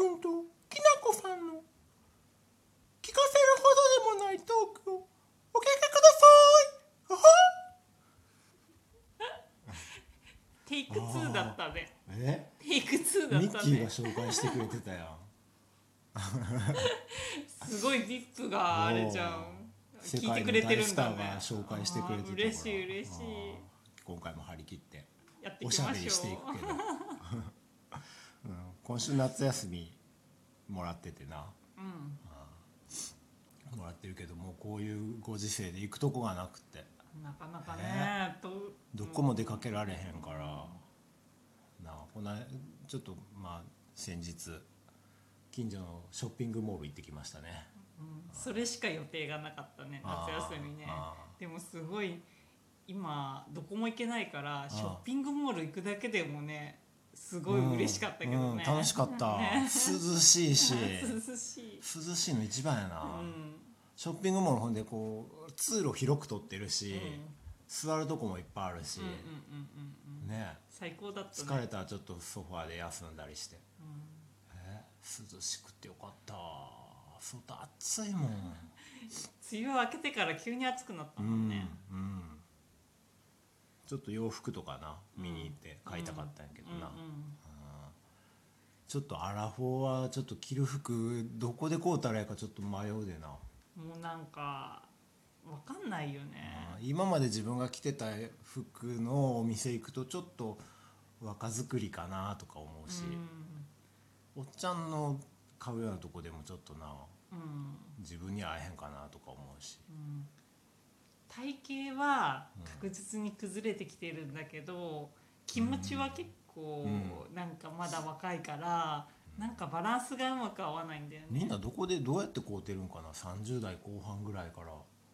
んときなこさんの聞かせるほどでもないトークをお聞きください。 テイク2だったね。 えテイク2だったミッキーがね。 紹介してくれてたやん。 すごいディップがあれじゃん。 世聞いて界の大くれてるんスターがだね。 紹介してくれてたから、 嬉しい嬉しい。 今回も張り切ってやっていおしゃきましょべりしていくう。 けど、今週夏休みもらっててな、もらってるけども、こういうご時世で行くとこがなくてなかなかね、 どこも出かけられへんからな。ちょっと先日近所のショッピングモール行ってきましたね。 それしか予定がなかったね、夏休みね。でもすごい今どこも行けないからショッピングモール行くだけでもねすごい嬉しかったけどね、 楽しかった、 ね、 涼しいし涼しいの一番やな、ショッピングモールほんでこう通路広く取ってるし、座るとこもいっぱいあるし、ね、 最高だったね。 疲れたらちょっとソファーで休んだりして、涼しくてよかった。外暑いもん。 梅雨明けてから急に暑くなったもんね。 ちょっと洋服とかな見に行って買いたかったんやけどな、ちょっとアラフォーはちょっと着る服どこで買うたらいいかちょっと迷うでな。 もうなんか分かんないよね。 今まで自分が着てた服のお店行くとちょっと若作りかなとか思うし、おっちゃんの買うようなとこでもちょっとな、自分に合えへんかなとか思うし、 体型は確実に崩れてきてるんだけど、気持ちは結構なんかまだ若いから、なんかバランスがうまく合わないんだよね。 みんなどこでどうやって買うてるんかな。30代後半ぐらいから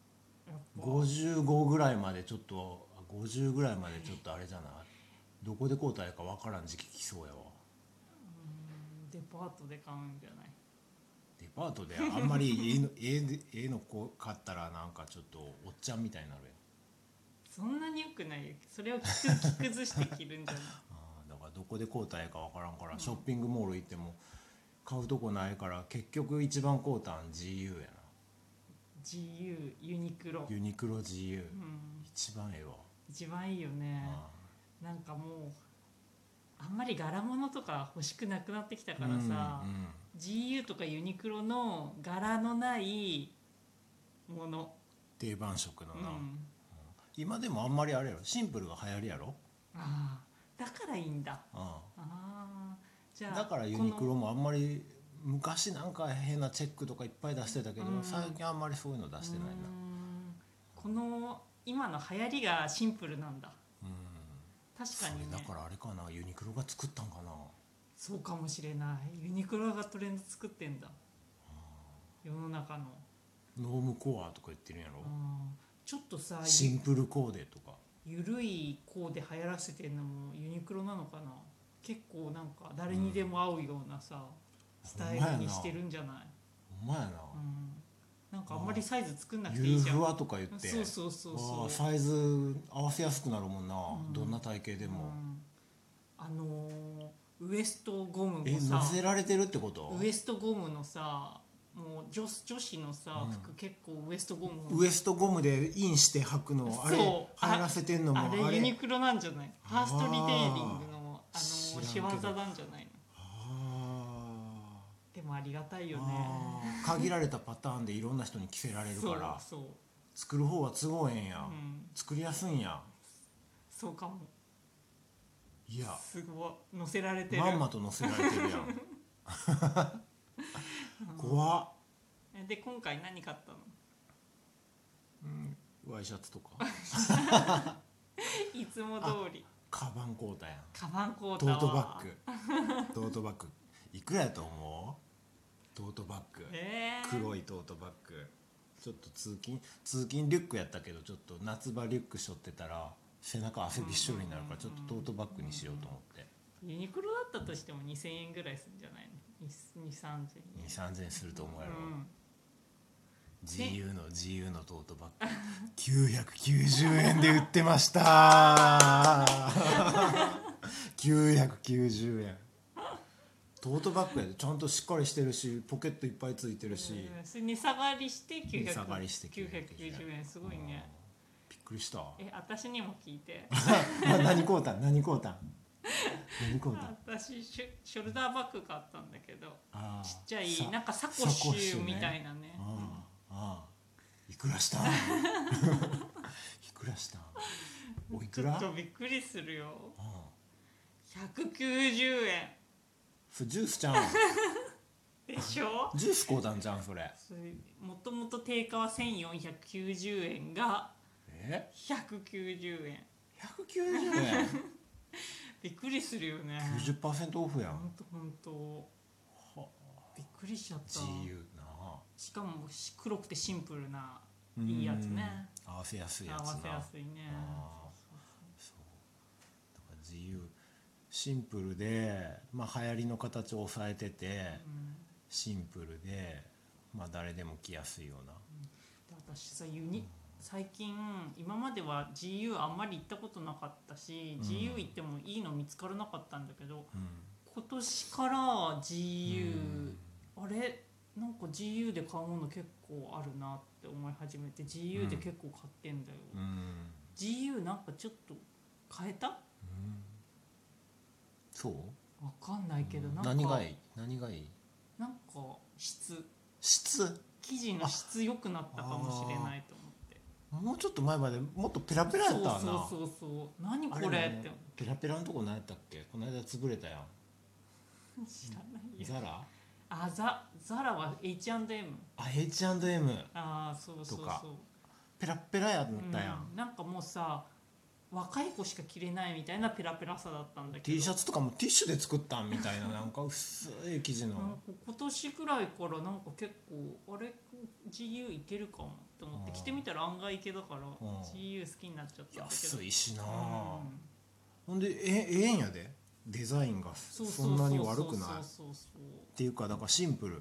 55ぐらいまでちょっと、50ぐらいまでちょっとあれじゃない、どこで買うたらいいか分からん時期来そうやわ。 デパートで買うんじゃない。 デパートであんまりええの買ったらなんかちょっとおっちゃんみたいになるやん。 そんなに良くないよ。それを着崩して着るんじゃないだからどこで買うたらいいか分からんから、ショッピングモール行っても買うとこないから、結局一番買うたん GU やな。 GU、ユニクロ、 ユニクロ GU、一番ええわ。 一番いいよね。なんかもうあんまり柄物とか欲しくなくなってきたからさ、GU とかユニクロの柄のないもの、 定番色のな、今でもあんまりあれやろ、シンプルが流行りやろ。 だからいいんだ。じゃあだからユニクロもあんまり、昔なんか変なチェックとかいっぱい出してたけど、最近あんまりそういうの出してないな。 この今の流行りがシンプルなんだ。確かにね。 だからあれかな、ユニクロが作ったんかな。 そうかもしれない。ユニクロがトレンド作ってんだ、世の中の。 ノームコアとか言ってるんやろ。 ちょっとさ、 シンプルコーデとかゆるいコーデ流行らせてんのもユニクロなのかな。結構なんか誰にでも合うようなさ、スタイルにしてるんじゃない。 ほんまやな、 なんかあんまりサイズ作んなくていいじゃん。 ゆるふわとか言って、 そうサイズ合わせやすくなるもんな、どんな体型でも。 ウエストゴムもさ、 乗せられてるってこと。 ウエストゴムのさ、もう女子のさ、服結構ウエストゴム、 ウエストゴムでインして履くの、あれ入らせてんのもあれユニクロなんじゃない。ファーストリテイリングの仕業なんじゃないの。でもありがたいよね。 限られたパターンでいろんな人に着せられるから作る方は都合ええんや、作りやすいんや。 そうかも。 いやすごい乗せられてる、 まんまと乗せられてるやん怖っ。 で今回何買ったの。 ワイシャツとかいつも通り。 カバン買うたやん。 カバン買うたわ。 トートバッグいくらやと思う。トートバッグ、黒いトートバッグ。ちょっと通勤リュックやったけど、ちょっと夏場リュック背負ってたら背中汗びっしょりになるから、ちょっとトートバッグにしようと思って。 ユニクロだったとしても2000円ぐらいするんじゃないの。2、3000円すると思うやろ、GU のトートバッグ990円で売ってました990円。 トートバッグやでちゃんとしっかりしてるしポケットいっぱいついてるし、 それ値下がりして値下がりして 990円すごいね。 びっくりした。 私にも聞いて何買うたん何買うたん何買うたん。 私ショルダーバッグ買ったんだけど、ちっちゃいなんかサコッシサコッシュュみたいなね。 いくらしたんいくらしたんおいくら。 ちょっとびっくりするよ。190円。 それジュースちゃんでしょ。 ジュース買うたんじゃんそれ。 もともと定価は1490円が190円。 190円びっくりするよね。 90% オフやん。 ほんとびっくりしちゃった。 自由な。 しかも黒くてシンプルないいやつね。 合わせやすいやつな。 合わせやすいね。 そうだから自由シンプルで、流行りの形を抑えてて、シンプルで、誰でも着やすいような。 私さ最近今までは GU あんまり行ったことなかったし、GU 行ってもいいの見つからなかったんだけど、今年から GU、あれなんか GU で買うもの結構あるなって思い始めて GU で結構買ってんだよ。GU なんかちょっと変えた？ そう？ わかんないけど、なんか何がいい？何がいい？ なんか質生地の質良くなったかもしれないと思って。 もうちょっと前までもっとペラペラやったわな。 そう何これって。 ペラペラのとこ何やったっけ？この間潰れたやん。 知らないよ。 ザラ？ ザラは H&M。 H&M。 そうペラペラやったやん。 なんかもうさ若い子しか着れないみたいなペラペラさだったんだけど、 T シャツとかもティッシュで作ったんみたいななんか薄い生地の今年くらいからなんか結構あれ GU いけるかもって思って着てみたら案外いけだから GU 好きになっちゃったんだけど。 安いしな、ほんでええんやでデザインがそんなに悪くないっていうかだからシンプル、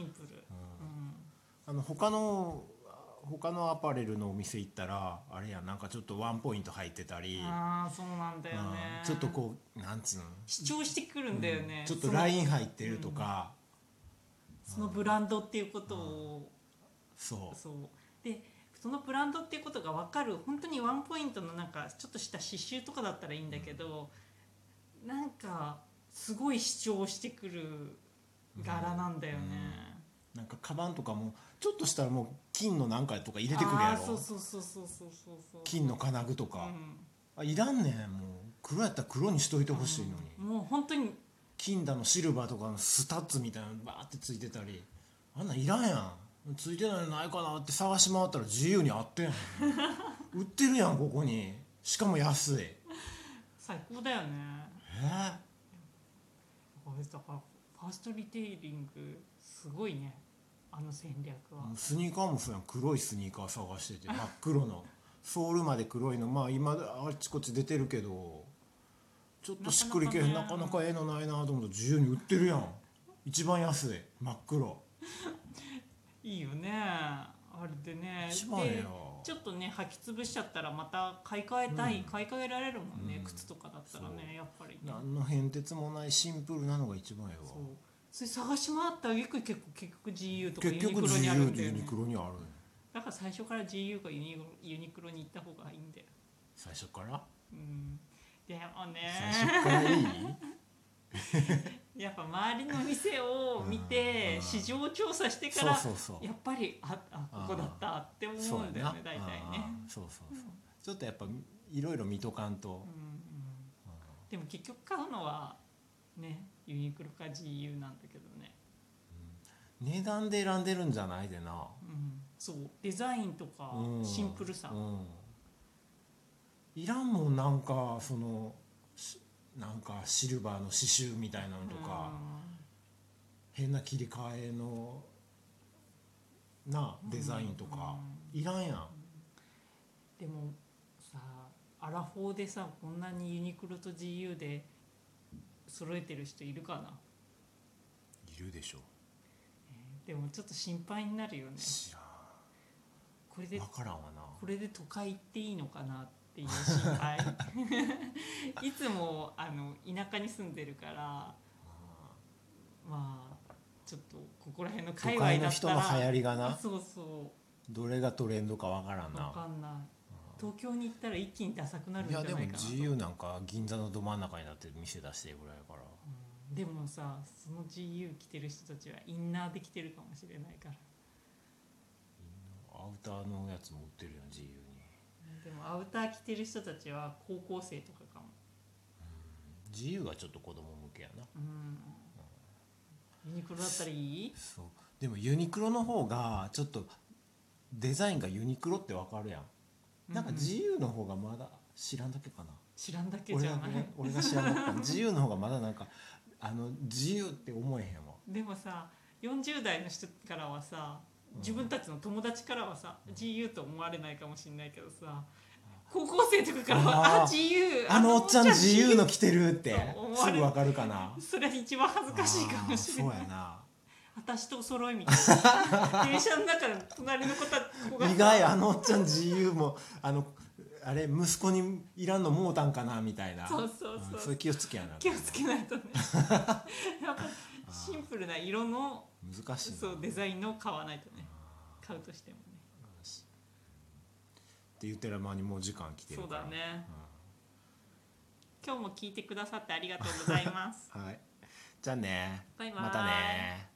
他のアパレルのお店行ったらあれやなんかちょっとワンポイント入ってたり、 そうなんだよね、 ちょっとこうなんつうの主張してくるんだよね、 ちょっとライン入ってるとか、 そのブランドっていうことを、 そうでそのブランドっていうことが分かる本当にワンポイントのなんかちょっとした刺繍とかだったらいいんだけど、なんかすごい主張してくる柄なんだよね、 なんかカバンとかもちょっとしたらもう金のなんかとか入れてくるやろ。そう金の金具とか、いらんねん。もう黒やったら黒にしといてほしいのに、 もう本当に金だのシルバーとかのスタッツみたいなのバーってついてたり、あんなんいらんやん。ついてないのないかなって探し回ったら自由にあってん売ってるやんここに、しかも安い。 最高だよね。あれだからファーストリテイリングすごいね、あの戦略は。 スニーカーもそうやん、黒いスニーカー探してて真っ黒のソールまで黒いの、今あちこち出てるけどちょっとしっくりけへん、なかなかええのないなと思うと自由に売ってるやん。一番安い真っ黒いいよねあれでね。 一番やちょっとね履き潰しちゃったらまた買い替えたい、買い替えられるもんね、靴とかだったらね、やっぱりね何の変哲もないシンプルなのが一番やわ。 それ探し回ったら結局 GU とかユニクロにあるんだよね。 ユニクロにある。 だから最初から GU かユニクロに行った方がいいんだよ。 最初から？ でもね最初からいいやっぱ周りの店を見て市場調査してからやっぱりここだったって思うんだよね、大体ね。 ちょっとやっぱいろいろ見とかんと、 でも結局買うのはねユニクロか GU なんだけどね、 値段で選んでるんじゃないでな、 そうデザインとかシンプルさ、 いらんもん。なんかそのなんかシルバーの刺繍みたいなのとか、変な切り替えのデザインとか、いらんやん。 でもさアラフォーでさこんなにユニクロと GU で揃えてる人いるかな。 いるでしょ。 でもちょっと心配になるよね。 知らん。 これで分からんわな。 これで都会行っていいのかなっていう心配いつも田舎に住んでるからまあちょっとここら辺の界都隈だったら会の人の流行りがな、 そうそうどれがトレンドかわからんな。 分かんない。東京に行ったら一気にダサくなるんいやじゃないかなと。 でも自由なんか銀座のど真ん中になってる店出してるぐらいだから、 でもさ、その GU 着てる人たちはインナーで着てるかもしれないから。 アウターのやつも売ってるよ自由に。 でもアウター着てる人たちは高校生とかかも。 自由はちょっと子供向けやな。 ユニクロだったらいい？ そうでもユニクロの方がちょっとデザインがユニクロってわかるやん。なんか自由の方がまだ知らんだけかな。 知らんだけじゃない。 俺が知らなかった自由の方がまだなんか自由って思えへんわ。 でもさ、40代の人からはさ、自分たちの友達からはさ、自由と思われないかもしれないけどさ、高校生とかからは自由、 おっちゃん自由の着てるってすぐわかるかな。 それ一番恥ずかしいかもしれない。 そうやな。 私とお揃いみたいな電車の中で隣の子が意外おっちゃん自由もあれ息子にいらんのもうたんかなみたいな。 そうそれ気をつけやな。 気をつけないとねやっぱシンプルな色の難しいな。 そうデザインの買わないとね、買うとしてもね。 って言ってる間にもう時間来てるから。 そうだね、今日も聞いてくださってありがとうございますはい、じゃあね。 バイバイ。 またね。